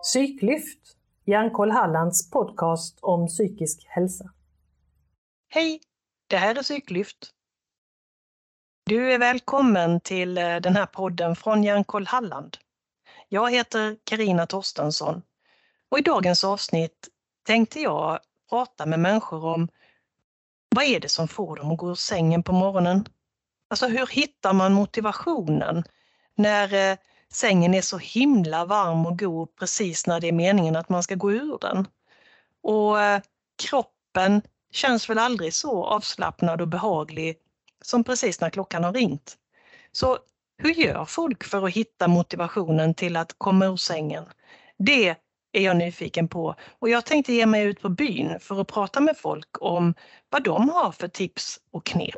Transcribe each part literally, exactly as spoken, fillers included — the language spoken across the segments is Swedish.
Psyklyft, Hjärnkoll Hallands podcast om psykisk hälsa. Hej, det här är Psyklyft. Du är välkommen till den här podden från Hjärnkoll Halland. Jag heter Carina Torstensson och i dagens avsnitt tänkte jag prata med människor om vad är det som får dem att gå ur sängen på morgonen? Alltså hur hittar man motivationen när eh, sängen är så himla varm och god precis när det är meningen att man ska gå ur den? Och eh, kroppen känns väl aldrig så avslappnad och behaglig som precis när klockan har ringt. Så hur gör folk för att hitta motivationen till att komma ur sängen? Det är jag nyfiken på och jag tänkte ge mig ut på byn för att prata med folk om vad de har för tips och knep.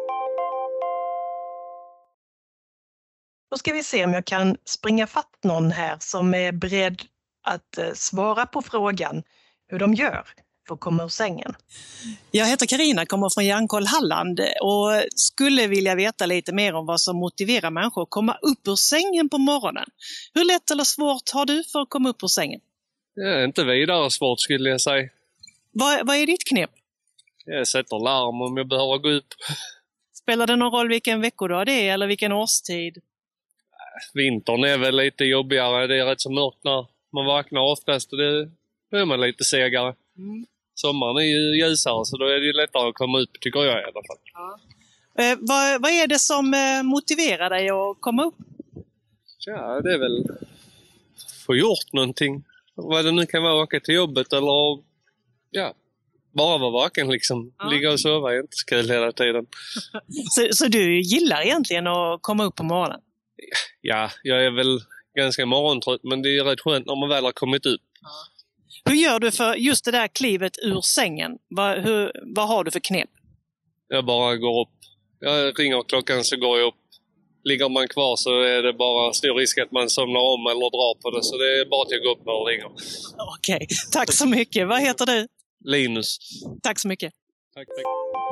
Då ska vi se om jag kan springa fatt någon här som är beredd att svara på frågan hur de gör för att komma ur sängen. Jag heter Carina, kommer från Hjärnkoll Halland och skulle vilja veta lite mer om vad som motiverar människor att komma upp ur sängen på morgonen. Hur lätt eller svårt har du för att komma upp ur sängen? Det är inte vidare svårt skulle jag säga. Vad, vad är ditt knep? Jag sätter larm om jag behöver gå upp. Spelar det någon roll vilken veckodag det är eller vilken årstid? Vintern är väl lite jobbigare. Det är rätt så mörkt när man vaknar oftast och det, då är man lite segare. Mm. Sommaren är ju ljusare så då är det lättare att komma upp tycker jag i alla fall. Ja. Eh, vad, vad är det som eh, motiverar dig att komma upp? Ja, det är väl få gjort någonting. Vad det nu kan vara, åka till jobbet eller ja, bara vara vaken liksom. Ja. Ligga och sova är inte så kul hela tiden. så, så du gillar egentligen att komma upp på morgonen? Ja, jag är väl ganska morgontrött men det är rätt skönt när man väl har kommit upp. Ja. Hur gör du för just det där klivet ur sängen? Vad, hur, vad har du för knep? Jag bara går upp. Jag ringer klockan så går jag upp. Ligger man kvar så är det bara stor risk att man somnar om eller drar på det. Så det är bara att gå upp när jag ringer. Okej, okay. Tack så mycket. Vad heter du? Linus. Tack så mycket. Tack, tack.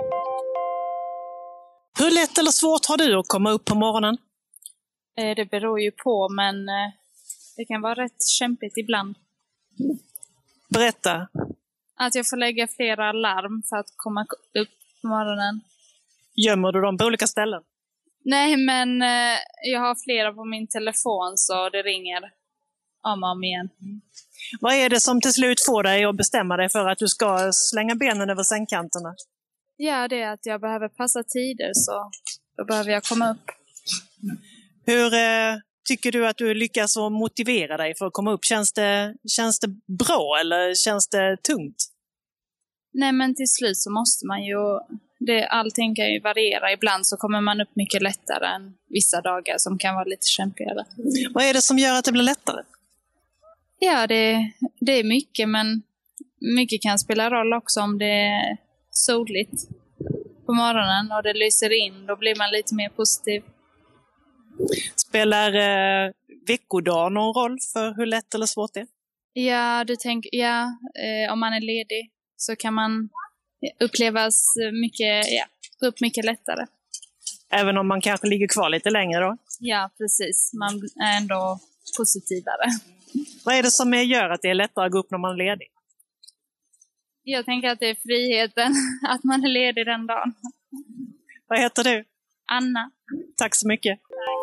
Hur lätt eller svårt har du att komma upp på morgonen? Det beror ju på, men det kan vara rätt kämpigt ibland. Berätta. Att jag får lägga flera larm för att komma upp på morgonen. Gömmer du dem på olika ställen? Nej, men eh, jag har flera på min telefon så det ringer om och om igen. Mm. Vad är det som till slut får dig att bestämma dig för att du ska slänga benen över sängkanterna? Ja, det är att jag behöver passa tider så då behöver jag komma upp. Hur eh, tycker du att du lyckas att motivera dig för att komma upp? Känns det, känns det bra eller känns det tungt? Nej, men till slut så måste man ju... Det, allting kan ju variera. Ibland så kommer man upp mycket lättare än vissa dagar som kan vara lite kämpigare. Vad är det som gör att det blir lättare? Ja, det, det är mycket, men mycket kan spela roll också om det är soligt på morgonen och det lyser in. Då blir man lite mer positiv. Spelar eh, veckodag någon roll för hur lätt eller svårt det är? Ja, du tänker, ja eh, om man är ledig så kan man upplevas mycket, ja, upp mycket lättare. Även om man kanske ligger kvar lite längre då? Ja, precis. Man är ändå positivare. Vad är det som gör att det är lättare att gå upp när man är ledig? Jag tänker att det är friheten, att man är ledig den dagen. Vad heter du? Anna. Tack så mycket.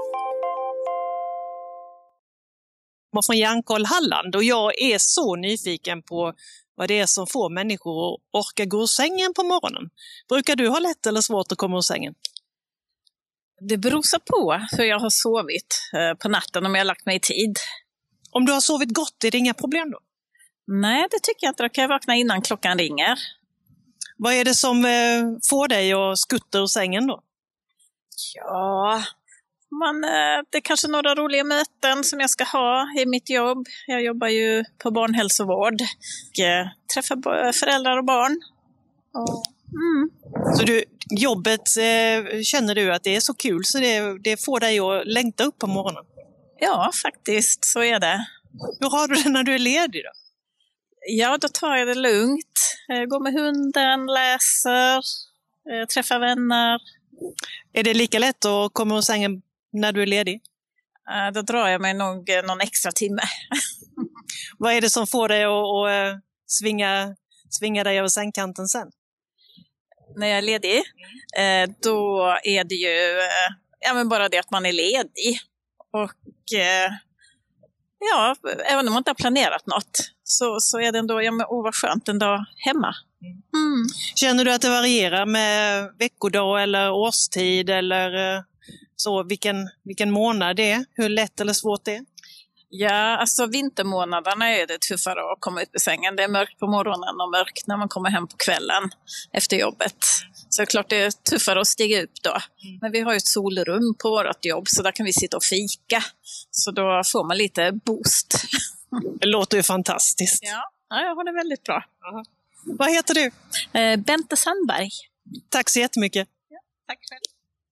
Jag är från Hjärnkoll Halland och jag är så nyfiken på vad det är som får människor att orka gå ur sängen på morgonen. Brukar du ha lätt eller svårt att komma ur sängen? Det beror så på hur jag har sovit på natten om jag har lagt mig i tid. Om du har sovit gott, är det inga problem då? Nej, det tycker jag inte. Då kan jag vakna innan klockan ringer. Vad är det som får dig att skutta ur sängen då? Ja, man, det är kanske några roliga möten som jag ska ha i mitt jobb. Jag jobbar ju på barnhälsovård och träffar föräldrar och barn. Och, mm. Så du, jobbet, känner du att det är så kul så det, det får dig att längta upp på morgonen? Ja, faktiskt. Så är det. Hur har du det när du är ledig då? Ja, då tar jag det lugnt. Jag går med hunden, läser, träffar vänner. Är det lika lätt att komma ur sängen när du är ledig? Då drar jag mig nog någon extra timme. Vad är det som får dig att, att, att svinga, svinga dig över sängkanten sen? När jag är ledig, eh, då är det ju eh, ja, men bara det att man är ledig. Och eh, ja, även om man inte har planerat något så, så är det ändå, ja men åh vad skönt, en dag hemma. Mm. Känner du att det varierar med veckodag eller årstid eller eh, så, vilken, vilken månad det är? Hur lätt eller svårt det är? Ja, alltså vintermånaderna är det tuffare att komma ut ur sängen. Det är mörkt på morgonen och mörkt när man kommer hem på kvällen efter jobbet. Så det är klart det är tuffare att stiga upp då. Mm. Men vi har ju ett solrum på vårt jobb så där kan vi sitta och fika. Så då får man lite boost. Det låter ju fantastiskt. Ja, ja jag har det väldigt bra. Aha. Vad heter du? Eh, Bente Sandberg. Tack så jättemycket. Ja, tack själv.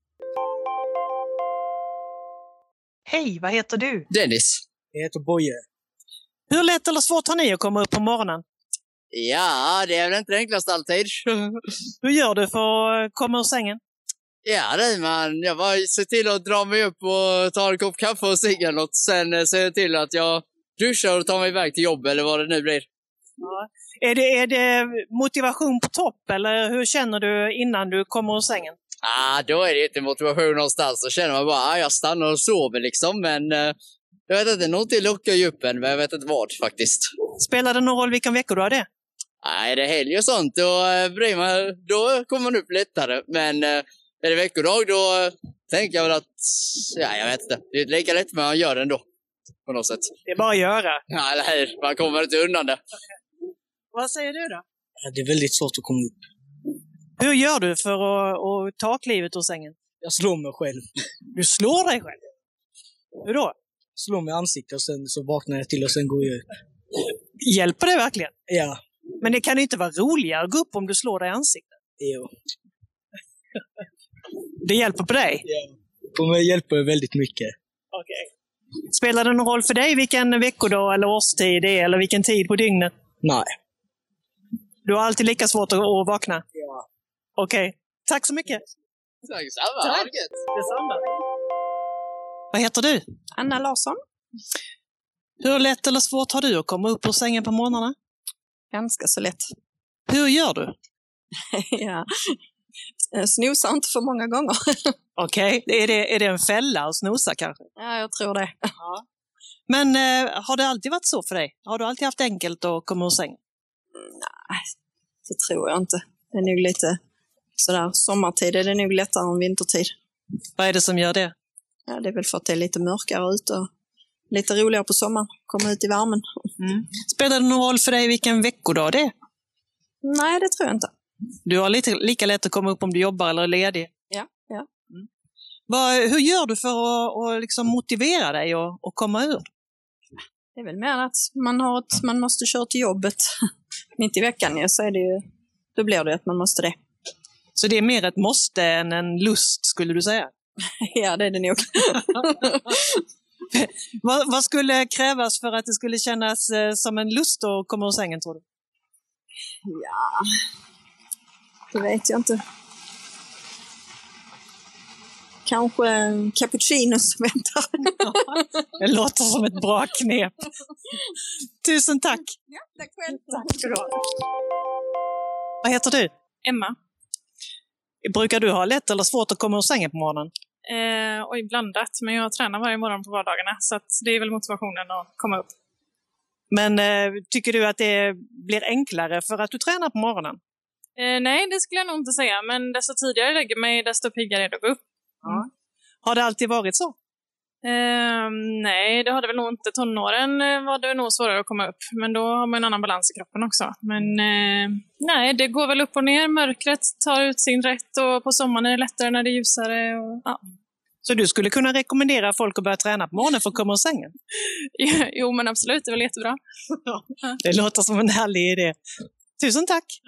Hej, vad heter du? Dennis. Jag heter Boje. Hur lätt eller svårt har ni att komma upp på morgonen? Ja, det är väl inte det enklaste alltid. Hur gör du för att komma ur sängen? Ja, det är man. Jag bara ser till att dra mig upp och ta en kopp kaffe och cigga något. Sen ser jag till att jag duschar och tar mig iväg till jobb eller vad det nu blir. Ja. Är det, är det motivation på topp eller hur känner du innan du kommer ur sängen? Ah, då är det inte motivation någonstans. Så känner man bara, ah, jag stannar och sover liksom. Men eh, jag vet inte, någonting lockar ju upp en, men jag vet inte vad faktiskt. Spelar det någon roll vilken veckodag det är? Nej, det är helg och sånt. Då, eh, bryr man, då kommer man upp lättare. Men eh, är det veckodag då eh, tänker jag väl att, ja jag vet inte. Det är lika lätt men man gör det ändå. På något sätt. Det är bara att göra. Ja, eller hur? Man kommer inte undan det. Vad säger du då? Ja, det är väldigt svårt att komma upp. Hur gör du för att, att ta klivet ur sängen? Jag slår mig själv. Du slår dig själv? Hur då? Slår mig i ansiktet och sen så vaknar jag till och sen går jag upp. Hjälper det verkligen? Ja. Men det kan ju inte vara roligare att gå upp om du slår dig i ansiktet. Jo. Det hjälper på dig? Ja. På mig hjälper det väldigt mycket. Okej. Spelar det någon roll för dig vilken veckodag eller årstid det är eller vilken tid på dygnet? Nej. Du har alltid lika svårt att, att vakna? Ja. Okej. Tack så mycket. Tack samma. Tack. Detsamma. Vad heter du? Anna Larsson. Hur lätt eller svårt har du att komma upp ur sängen på morgnarna? Ganska så lätt. Hur gör du? Ja. Snosar inte för många gånger. Okej, okay. är, det, är det en fälla att snosa kanske? Ja, jag tror det. Ja. Men eh, har det alltid varit så för dig? Har du alltid haft enkelt att komma ur sängen? Nej, det tror jag inte. Det är nog lite sådär, sommartid är det nog lättare än vintertid. Vad är det som gör det? Ja, det är väl för att det är lite mörkare ute och lite roligare på sommaren. Komma ut i värmen. Mm. Spelar det någon roll för dig vilken veckodag det är? Nej, det tror jag inte. Du har lite, lika lätt att komma upp om du jobbar eller är ledig? Ja, ja. Mm. Vad, hur gör du för att, att liksom motivera dig och, och komma ur? Det är väl mer att man, har ett, man måste köra till jobbet mitt i veckan. Ja, så är det ju, då blir det att man måste det. Så det är mer ett måste än en lust, skulle du säga? Ja, det är det nog. vad, vad skulle krävas för att det skulle kännas eh, som en lust att komma ur sängen, tror du? Ja, det vet jag inte. Kanske en cappuccino som väntar. Det låter som ett bra knep. Tusen tack. Ja, tack själv. Tack ska du ha. Vad heter du? Emma. Brukar du ha lätt eller svårt att komma ur sängen på morgonen? Eh, oj, blandat. Men jag tränar varje morgon på vardagarna. Så att det är väl motivationen att komma upp. Men eh, tycker du att det blir enklare för att du tränar på morgonen? Eh, nej, det skulle jag nog inte säga. Men desto tidigare jag lägger mig, desto piggare är det att gå upp. Ja. Har det alltid varit så? Eh, nej, det har det väl nog inte. Tonåren var det nog svårare att komma upp. Men då har man en annan balans i kroppen också. Men eh, nej, det går väl upp och ner. Mörkret tar ut sin rätt. Och på sommaren är det lättare när det är ljusare. Och, ja. Så du skulle kunna rekommendera folk att börja träna på morgonen för att komma ur sängen? Jo, men absolut. Det är väl jättebra. Ja. Det låter som en härlig idé. Tusen tack!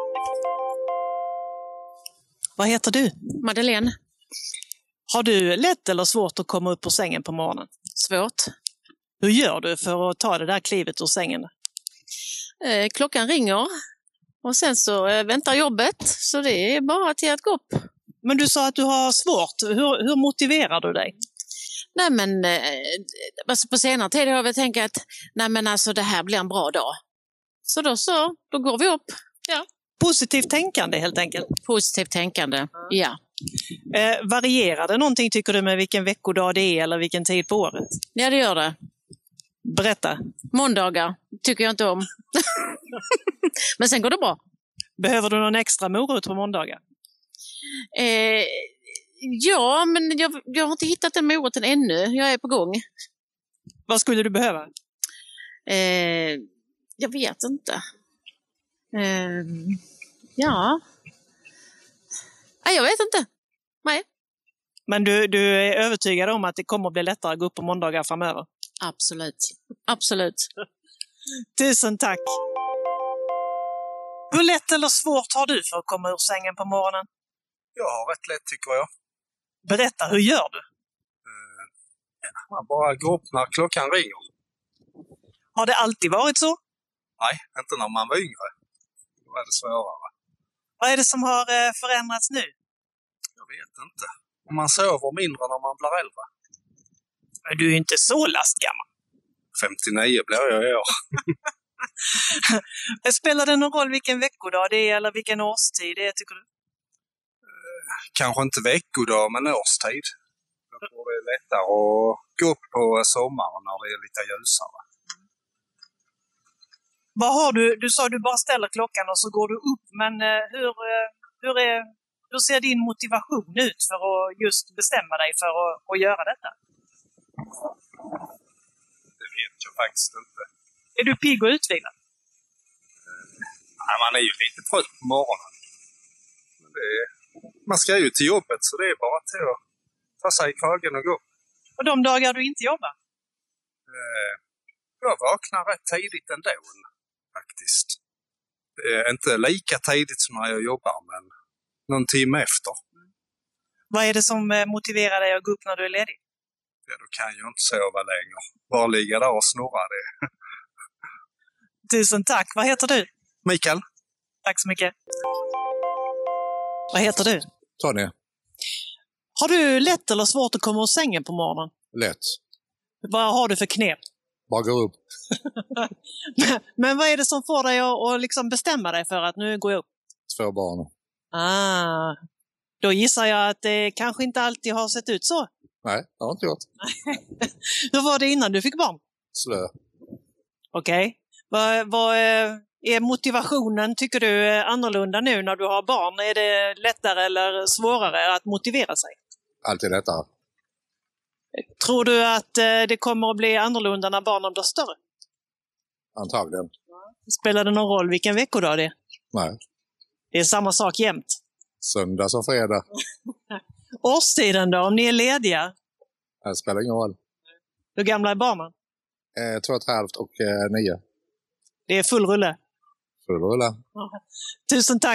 Vad heter du? Madeleine. Har du lätt eller svårt att komma upp ur sängen på morgonen? Svårt. Hur gör du för att ta det där klivet ur sängen? Eh, klockan ringer och sen så eh, väntar jobbet, så det är bara till att gå upp. Men du sa att du har svårt. Hur, hur motiverar du dig? Nej men eh, alltså på senare tid har vi tänkt att nej men alltså det här blir en bra dag. Så då så, då går vi upp. Ja. Positivt tänkande helt enkelt. Positivt tänkande, mm. ja. Eh, varierar det någonting tycker du med vilken veckodag det är eller vilken tid på året? Ja det gör det. Berätta. Måndagar tycker jag inte om. Men sen går det bra. Behöver du någon extra morot på måndagar? Eh, ja, men jag, jag har inte hittat den moroten ännu. Jag är på gång. Vad skulle du behöva? Eh, jag vet inte. Eh, ja. Nej, jag vet inte. Nej. Men du, du är övertygad om att det kommer att bli lättare att gå upp på måndagar framöver? Absolut. Absolut. Tusen tack. Hur lätt eller svårt har du för att komma ur sängen på morgonen? Jag har rätt lätt tycker jag. Berätta, hur gör du? Uh, ja, man bara går upp när klockan ringer. Har det alltid varit så? Nej, inte när man var yngre. Då är det svårare. Vad är det som har förändrats nu? Jag vet inte. Man sover mindre när man blir äldre. Men du är inte så lastgammal. femtionio blir jag i år. Spelar det någon roll vilken veckodag det är eller vilken årstid det är tycker du? Kanske inte veckodag men årstid. Jag tror det är lättare att gå upp på sommaren när det är lite ljusare. Vad har du? Du sa att du bara ställer klockan och så går du upp. Men hur, hur, är, hur ser din motivation ut för att just bestämma dig för att, att göra detta? Det vet jag faktiskt inte. Är du pigg och utvilad? Nej, man är ju lite trött på morgonen. Men det är, man ska ju till jobbet så det är bara till att ta sig i kragen och gå. Och de dagar du inte jobbar? Eh, jag vaknar rätt tidigt ändå faktiskt. Det är inte lika tidigt som när jag jobbar men någon timme efter. Mm. Vad är det som motiverar dig att gå upp när du är ledig? Ja, då kan jag inte sova längre. Bara ligga där och snurra det. Tusen tack. Vad heter du? Mikael. Tack så mycket. Vad heter du? Tony. Har du lätt eller svårt att komma ur sängen på morgonen? Lätt. Vad har du för knep? Bara gå upp. men, men vad är det som får dig att, att liksom bestämma dig för att nu går jag upp? Två barn. Ah, då gissar jag att det kanske inte alltid har sett ut så. Nej, det har inte gjort. Hur var det innan du fick barn? Slö. Okej. Okay. Vad, vad är motivationen, tycker du, annorlunda nu när du har barn? Är det lättare eller svårare att motivera sig? Alltid lättare. Tror du att det kommer att bli annorlunda när barnen blir större? Antagligen. Spelar det någon roll vilken veckodag det är? Nej. Det är samma sak jämt. Söndag som fredag. Årstiden då, om ni är lediga? Det spelar ingen roll. Hur gamla är barnen? Eh, två och ett halvt och eh, nio. Det är full rulle. Full rulle. Tusen tack.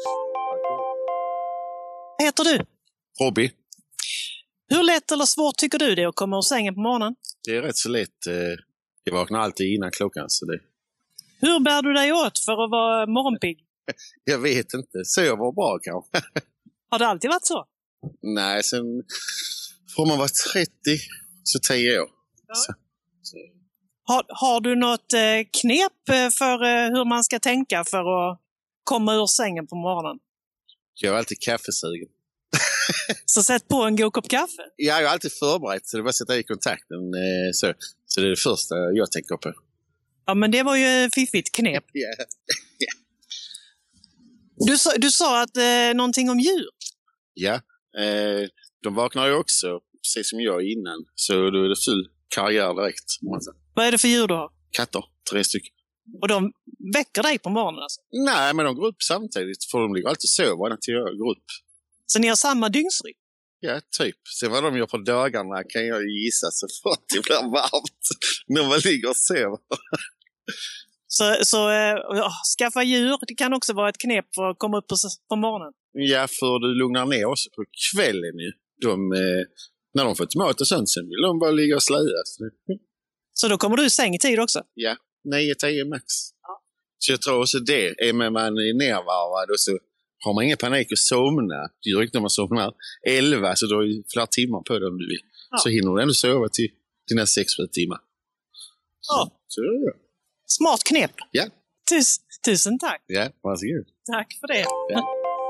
Vad heter du? Robby. Hur lätt eller svårt tycker du det är att komma ur sängen på morgonen? Det är rätt så lätt. Jag vaknar alltid innan klockan. Så det... Hur bär du dig åt för att vara morgonpigg? Jag vet inte. Sover bra kanske. Har det alltid varit så? Nej, sen får man vara trettio, så tio år. Ja. Så. Så. Har, har du något eh, knep för eh, hur man ska tänka för att komma ur sängen på morgonen? Jag är alltid kaffesugen. Så sätt på en god kopp kaffe? Ja, jag är alltid förberett, så det var att sätta i kontakten. Eh, så. så det är det första jag tänker på. Ja, men det var ju fiffigt knep. Yeah. Yeah. Du, sa, du sa att eh, någonting om djur. Ja, eh, de vaknar ju också, precis som jag innan. Så då är det full karriär direkt. Vad är det för djur du har? Katter, tre stycken. Och de väcker dig på morgonen alltså? Nej, men de går upp samtidigt. För de ligger alltid och sover när jag går upp. Så ni har samma dygnsrytm? Ja, typ. Sen vad de gör på dagarna kan jag gissa så fort det blir varmt. När man ligger och sover. Så, så äh, skaffa djur, det kan också vara ett knep för att komma upp på, på morgonen? Ja, för du lugnar ner oss på kvällen ju. De, eh, när de får mat och sånt, sen vill de bara ligga och slöja. Så, så då kommer du i säng i tid också? Ja, nio tio max. Ja. Så jag tror också det, är med man är nervarvad och så har man ingen panik att somna. Det gör inte när man somnar elva, så då är det flera timmar på det om du vill. Ja. Så hinner du ändå sova till dina sex sju timmar. Ja. Så det gör jag. Smart knep. Ja. Tus, tusen tack. Ja, varsågod. Tack för det. Ja.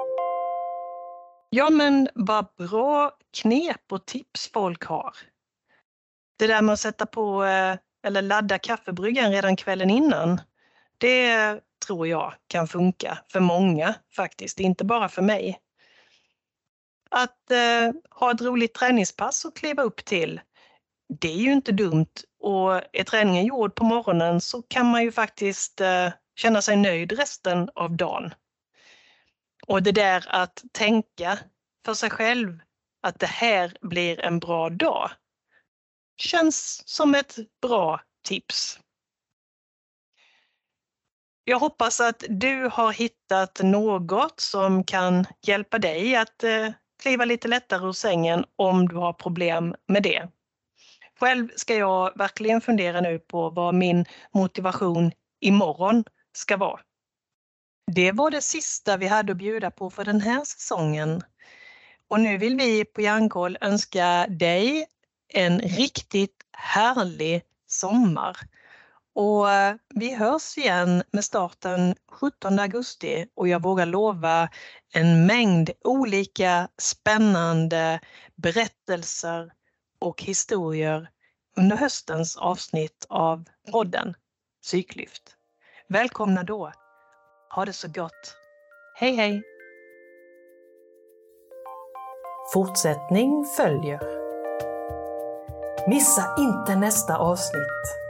Ja, men vad bra knep och tips folk har. Det där med att sätta på eller ladda kaffebryggan redan kvällen innan, det tror jag kan funka för många faktiskt, inte bara för mig. Att eh, ha ett roligt träningspass och kliva upp till, det är ju inte dumt, och är träningen gjord på morgonen så kan man ju faktiskt eh, känna sig nöjd resten av dagen. Och det där att tänka för sig själv att det här blir en bra dag känns som ett bra tips. Jag hoppas att du har hittat något som kan hjälpa dig att eh, kliva lite lättare ur sängen om du har problem med det. Själv ska jag verkligen fundera nu på vad min motivation imorgon ska vara. Det var det sista vi hade att bjuda på för den här säsongen. Och nu vill vi på Hjärnkoll önska dig en riktigt härlig sommar. Och vi hörs igen med starten sjuttonde augusti, och jag vågar lova en mängd olika spännande berättelser och historier under höstens avsnitt av podden Psyklyft. Välkomna då! Ha det så gott! Hej hej! Fortsättning följer. Missa inte nästa avsnitt.